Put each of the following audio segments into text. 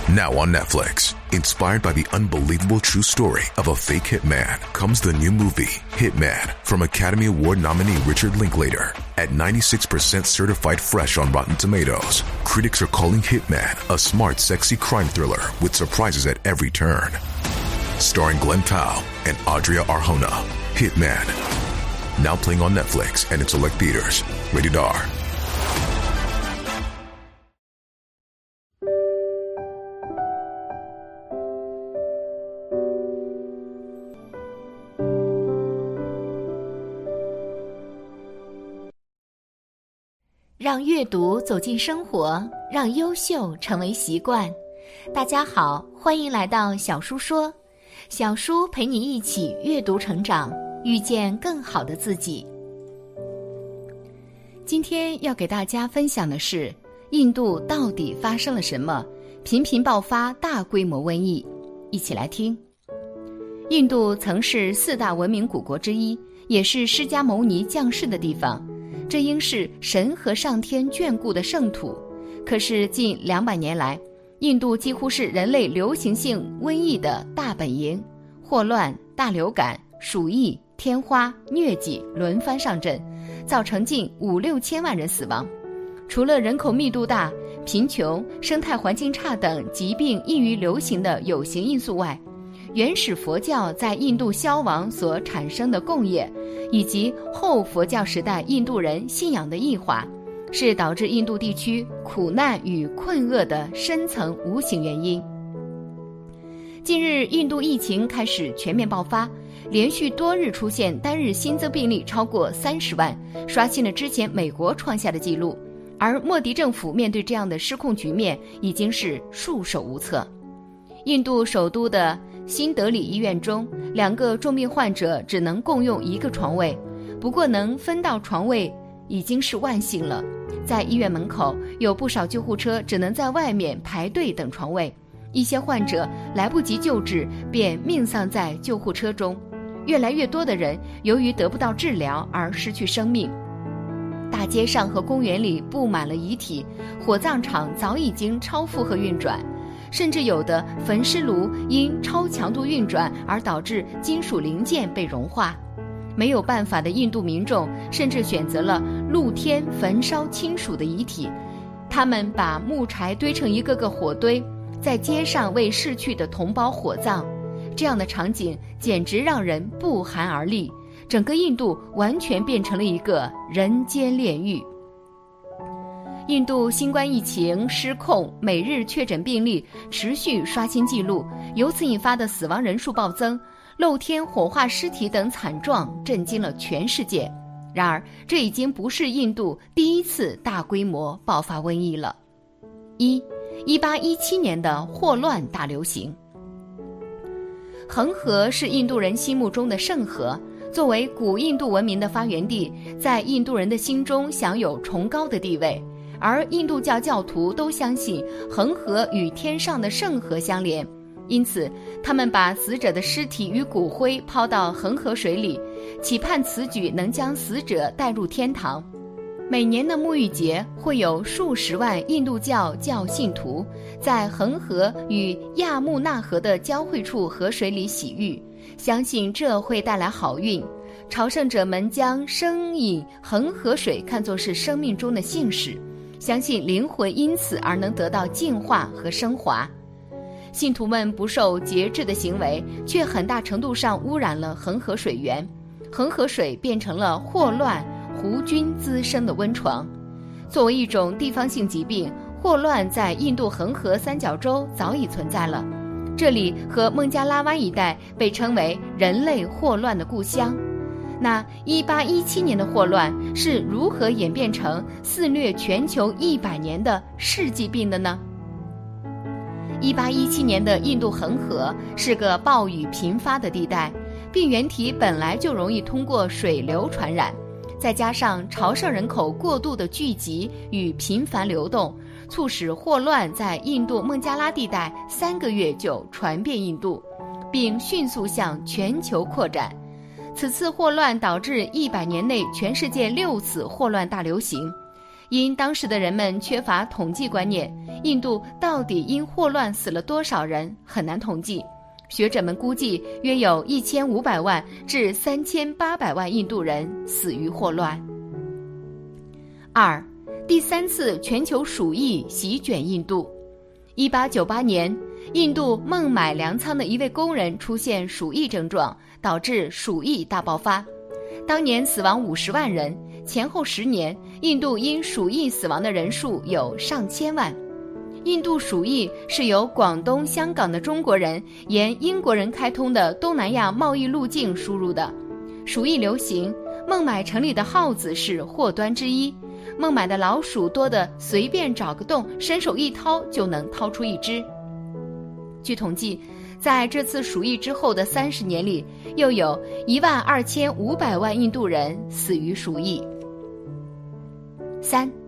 Now on Netflix, inspired by the unbelievable true story of a fake hitman, comes the new movie, Hitman, from Academy Award nominee Richard Linklater. At 96% certified fresh on Rotten Tomatoes, critics are calling Hitman a smart, sexy crime thriller with surprises at every turn. Starring Glenn Powell and Adria Arjona, Hitman. Now playing on Netflix and in select theaters. Rated R. 让阅读走进生活，让优秀成为习惯。大家好，欢迎来到小叔说，小叔陪你一起阅读成长，遇见更好的自己。今天要给大家分享的是，印度到底发生了什么，频频爆发大规模瘟疫。一起来听。印度曾是4大文明古国之一，也是释迦牟尼降世的地方，这应是神和上天眷顾的圣土。可是近200年来，印度几乎是人类流行性瘟疫的大本营，霍乱、大流感、鼠疫、天花、疟疾轮番上阵，造成近5-6千万人死亡。除了人口密度大、贫穷、生态环境差等疾病易于流行的有形因素外，原始佛教在印度消亡所产生的共业，以及后佛教时代印度人信仰的异化，是导致印度地区苦难与困厄的深层无形原因。近日，印度疫情开始全面爆发，连续多日出现单日新增病例超过30万，刷新了之前美国创下的纪录。而莫迪政府面对这样的失控局面，已经是束手无策。印度首都的新德里医院中，2个重病患者只能共用1个床位，不过能分到床位已经是万幸了。在医院门口，有不少救护车只能在外面排队等床位，一些患者来不及救治便命丧在救护车中，越来越多的人由于得不到治疗而失去生命。大街上和公园里布满了遗体，火葬场早已经超负荷运转，甚至有的焚尸炉因超强度运转而导致金属零件被融化。没有办法的印度民众甚至选择了露天焚烧亲属的遗体，他们把木柴堆成一个个火堆，在街上为逝去的同胞火葬。这样的场景简直让人不寒而栗，整个印度完全变成了一个人间炼狱。印度新冠疫情失控，每日确诊病例持续刷新纪录，由此引发的死亡人数暴增，露天火化尸体等惨状震惊了全世界。然而，这已经不是印度第一次大规模爆发瘟疫了。1817年的霍乱大流行。恒河是印度人心目中的圣河，作为古印度文明的发源地，在印度人的心中享有崇高的地位。而印度教教徒都相信恒河与天上的圣河相连，因此他们把死者的尸体与骨灰抛到恒河水里，期盼此举能将死者带入天堂。每年的沐浴节会有数十万印度教信徒在恒河与亚穆纳河的交汇处河水里洗浴，相信这会带来好运。朝圣者们将生饮恒河水看作是生命中的幸事，相信灵魂因此而能得到净化和升华。信徒们不受节制的行为，却很大程度上污染了恒河水源，恒河水变成了霍乱、胡菌滋生的温床。作为一种地方性疾病，霍乱在印度恒河三角洲早已存在了，这里和孟加拉湾一带被称为人类霍乱的故乡。那1817年的霍乱是如何演变成肆虐全球100年的世纪病的呢？1817年的印度恒河是个暴雨频发的地带，病原体本来就容易通过水流传染，再加上朝圣人口过度的聚集与频繁流动，促使霍乱在印度孟加拉地带3个月就传遍印度，并迅速向全球扩展。此次霍乱导致100年内全世界6次霍乱大流行。 因当时的人们缺乏统计观念，印度到底因霍乱死了多少人很难统计。学者们估计约有1500万至3800万印度人死于霍乱。2. 第3次全球鼠疫席卷印度。1898年，印度孟买粮仓的一位工人出现鼠疫症状，导致鼠疫大爆发。当年死亡50万人，前后10年，印度因鼠疫死亡的人数有上千万。印度鼠疫是由广东、香港的中国人沿英国人开通的东南亚贸易路径输入的。鼠疫流行，孟买城里的耗子是祸端之一。孟买的老鼠多得随便找个洞，伸手一掏就能掏出一只。据统计，在这次鼠疫之后的30年里，又有12500万印度人死于鼠疫。3.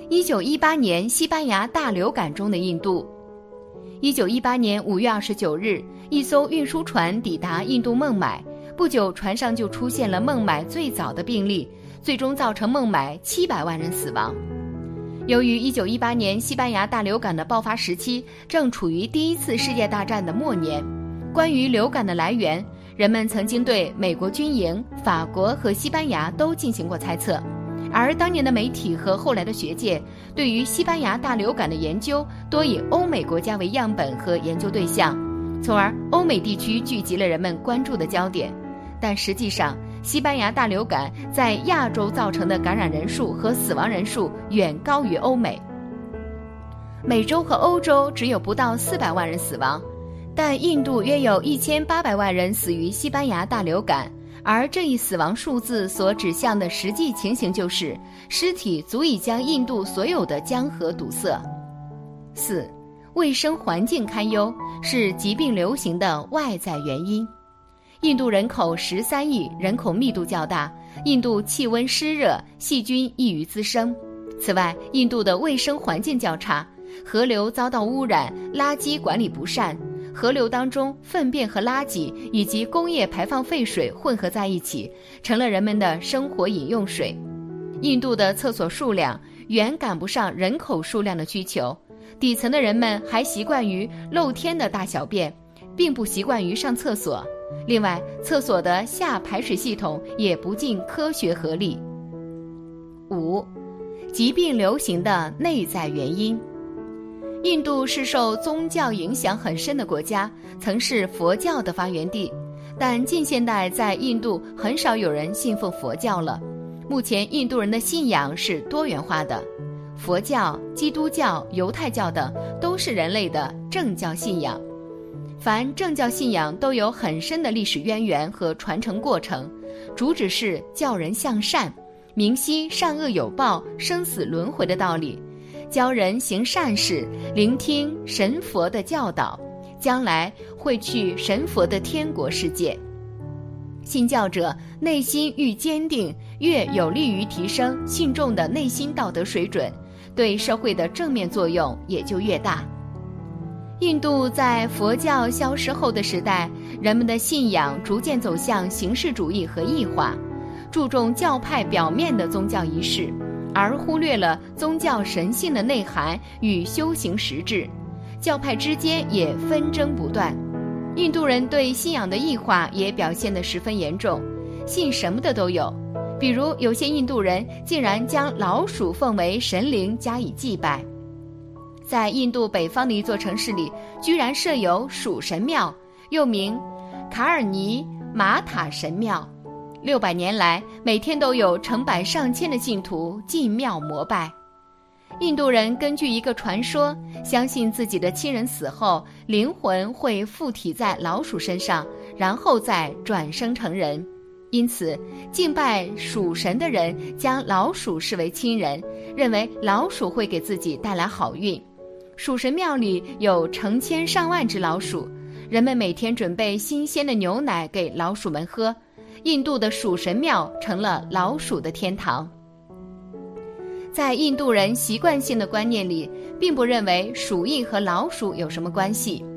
1918年西班牙大流感中的印度。1918年5月29日，一艘运输船抵达印度孟买，不久船上就出现了孟买最早的病例，最终造成孟买700万人死亡。由于1918年西班牙大流感的爆发时期正处于第一次世界大战的末年，关于流感的来源，人们曾经对美国军营、法国和西班牙都进行过猜测。而当年的媒体和后来的学界对于西班牙大流感的研究多以欧美国家为样本和研究对象，从而欧美地区聚集了人们关注的焦点。但实际上，西班牙大流感在亚洲造成的感染人数和死亡人数远高于欧美。美洲和欧洲只有不到400万人死亡，但印度约有1800万人死于西班牙大流感。而这一死亡数字所指向的实际情形就是，尸体足以将印度所有的江河堵塞。4. 卫生环境堪忧是疾病流行的外在原因。印度人口13亿，人口密度较大，印度气温湿热，细菌易于滋生。此外，印度的卫生环境较差，河流遭到污染，垃圾管理不善，河流当中粪便和垃圾以及工业排放废水混合在一起，成了人们的生活饮用水。印度的厕所数量远赶不上人口数量的需求，底层的人们还习惯于露天的大小便，并不习惯于上厕所。另外，厕所的下排水系统也不尽科学合理。5. 疾病流行的内在原因。印度是受宗教影响很深的国家，曾是佛教的发源地，但近现代在印度很少有人信奉佛教了。目前印度人的信仰是多元化的，佛教、基督教、犹太教等都是人类的正教信仰。凡正教信仰都有很深的历史渊源和传承过程，主旨是教人向善，明晰善恶有报、生死轮回的道理，教人行善事，聆听神佛的教导，将来会去神佛的天国世界。信教者内心愈坚定，越有利于提升信众的内心道德水准，对社会的正面作用也就越大。印度在佛教消失后的时代，人们的信仰逐渐走向形式主义和异化，注重教派表面的宗教仪式，而忽略了宗教神性的内涵与修行实质，教派之间也纷争不断。印度人对信仰的异化也表现得十分严重，信什么的都有，比如有些印度人竟然将老鼠奉为神灵加以祭拜。在印度北方的一座城市里，居然设有鼠神庙，又名卡尔尼玛塔神庙。600年来，每天都有成百上千的信徒进庙膜拜。印度人根据一个传说，相信自己的亲人死后，灵魂会附体在老鼠身上，然后再转生成人。因此，敬拜鼠神的人将老鼠视为亲人，认为老鼠会给自己带来好运。鼠神庙里有成千上万只老鼠，人们每天准备新鲜的牛奶给老鼠们喝。印度的鼠神庙成了老鼠的天堂。在印度人习惯性的观念里，并不认为鼠疫和老鼠有什么关系。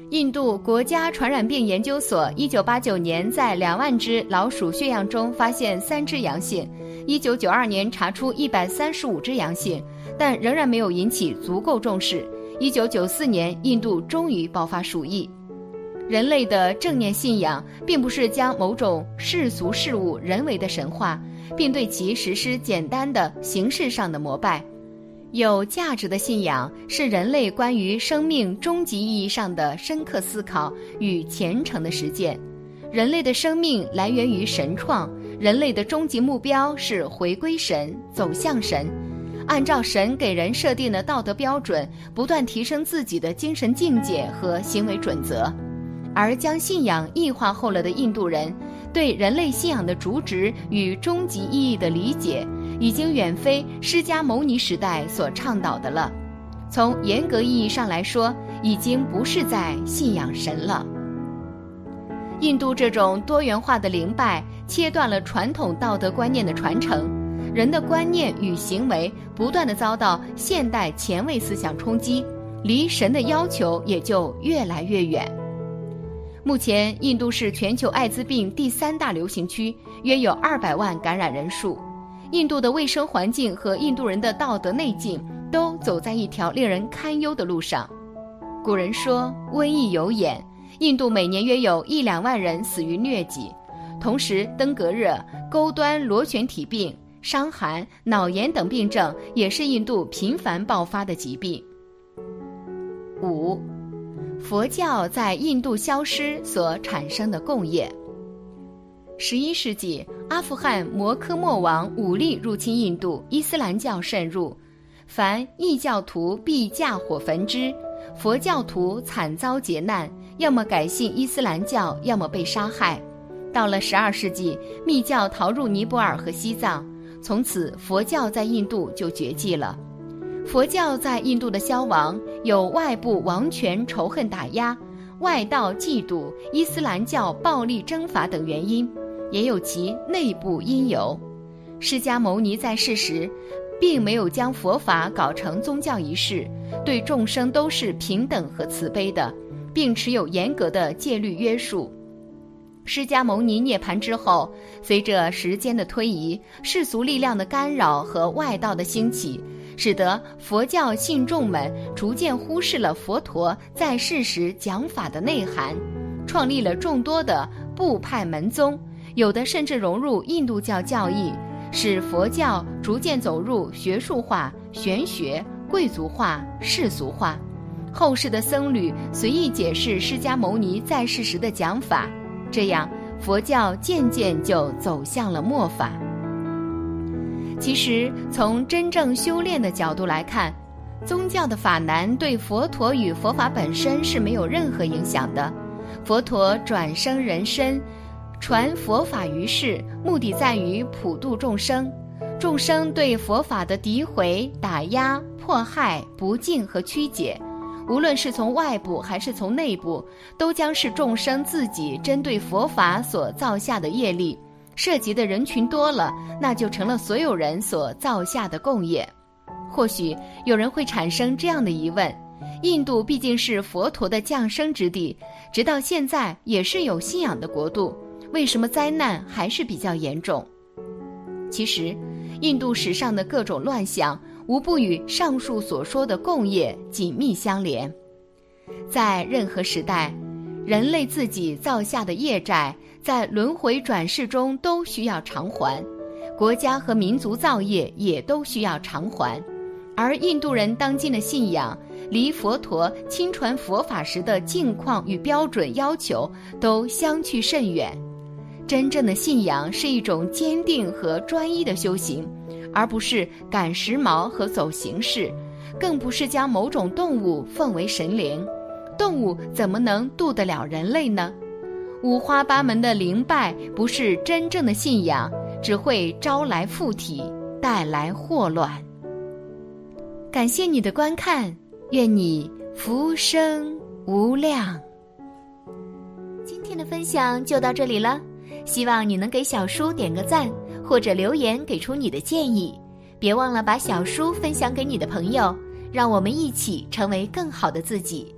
印度国家传染病研究所1989年在2万只老鼠血样中发现3只阳性，1992年查出135只阳性，但仍然没有引起足够重视。1994年，印度终于爆发鼠疫。人类的正念信仰并不是将某种世俗事物人为的神化，并对其实施简单的形式上的膜拜。有价值的信仰是人类关于生命终极意义上的深刻思考与虔诚的实践。人类的生命来源于神创，人类的终极目标是回归神，走向神，按照神给人设定的道德标准，不断提升自己的精神境界和行为准则。而将信仰异化后了的印度人，对人类信仰的主旨与终极意义的理解，已经远非释迦牟尼时代所倡导的了。从严格意义上来说，已经不是在信仰神了。印度这种多元化的灵拜，切断了传统道德观念的传承，人的观念与行为不断地遭到现代前卫思想冲击，离神的要求也就越来越远。目前，印度是全球艾滋病第3大流行区，约有200万感染人数。印度的卫生环境和印度人的道德内境都走在一条令人堪忧的路上。古人说，瘟疫有眼，印度每年约有1-2万人死于疟疾。同时，登革热、钩端螺旋体病、伤寒、脑炎等病症也是印度频繁爆发的疾病。5. 佛教在印度消失所产生的共业。11世纪，阿富汗摩诃末王武力入侵印度，伊斯兰教渗入，凡异教徒必架火焚之，佛教徒惨遭劫难，要么改信伊斯兰教，要么被杀害。到了12世纪，密教逃入尼泊尔和西藏，从此佛教在印度就绝迹了。佛教在印度的消亡，有外部王权仇恨打压、外道嫉妒、伊斯兰教暴力征伐等原因，也有其内部因由。释迦牟尼在世时，并没有将佛法搞成宗教仪式，对众生都是平等和慈悲的，并持有严格的戒律约束。释迦牟尼涅槃之后，随着时间的推移，世俗力量的干扰和外道的兴起，使得佛教信众们逐渐忽视了佛陀在世时讲法的内涵，创立了众多的部派门宗，有的甚至融入印度教教义，使佛教逐渐走入学术化、玄学、贵族化、世俗化。后世的僧侣随意解释释迦牟尼在世时的讲法，这样佛教渐渐就走向了末法。其实从真正修炼的角度来看，宗教的法难对佛陀与佛法本身是没有任何影响的。佛陀转生人身，传佛法于世，目的在于普度众生。众生对佛法的诋毁、打压、迫害、不敬和曲解，无论是从外部还是从内部，都将是众生自己针对佛法所造下的业力，涉及的人群多了，那就成了所有人所造下的共业。或许有人会产生这样的疑问，印度毕竟是佛陀的降生之地，直到现在也是有信仰的国度，为什么灾难还是比较严重？其实印度史上的各种乱象无不与上述所说的共业紧密相连。在任何时代，人类自己造下的业债在轮回转世中都需要偿还，国家和民族造业也都需要偿还。而印度人当今的信仰，离佛陀亲传佛法时的境况与标准要求都相去甚远。真正的信仰是一种坚定和专一的修行，而不是赶时髦和走形式，更不是将某种动物奉为神灵。动物怎么能度得了人类呢？五花八门的灵拜不是真正的信仰，只会招来附体，带来祸乱。感谢你的观看，愿你福生无量。今天的分享就到这里了，希望你能给小叔点个赞，或者留言给出你的建议。别忘了把小叔分享给你的朋友，让我们一起成为更好的自己。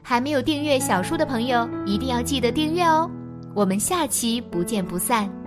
还没有订阅小书的朋友，一定要记得订阅哦。我们下期不见不散。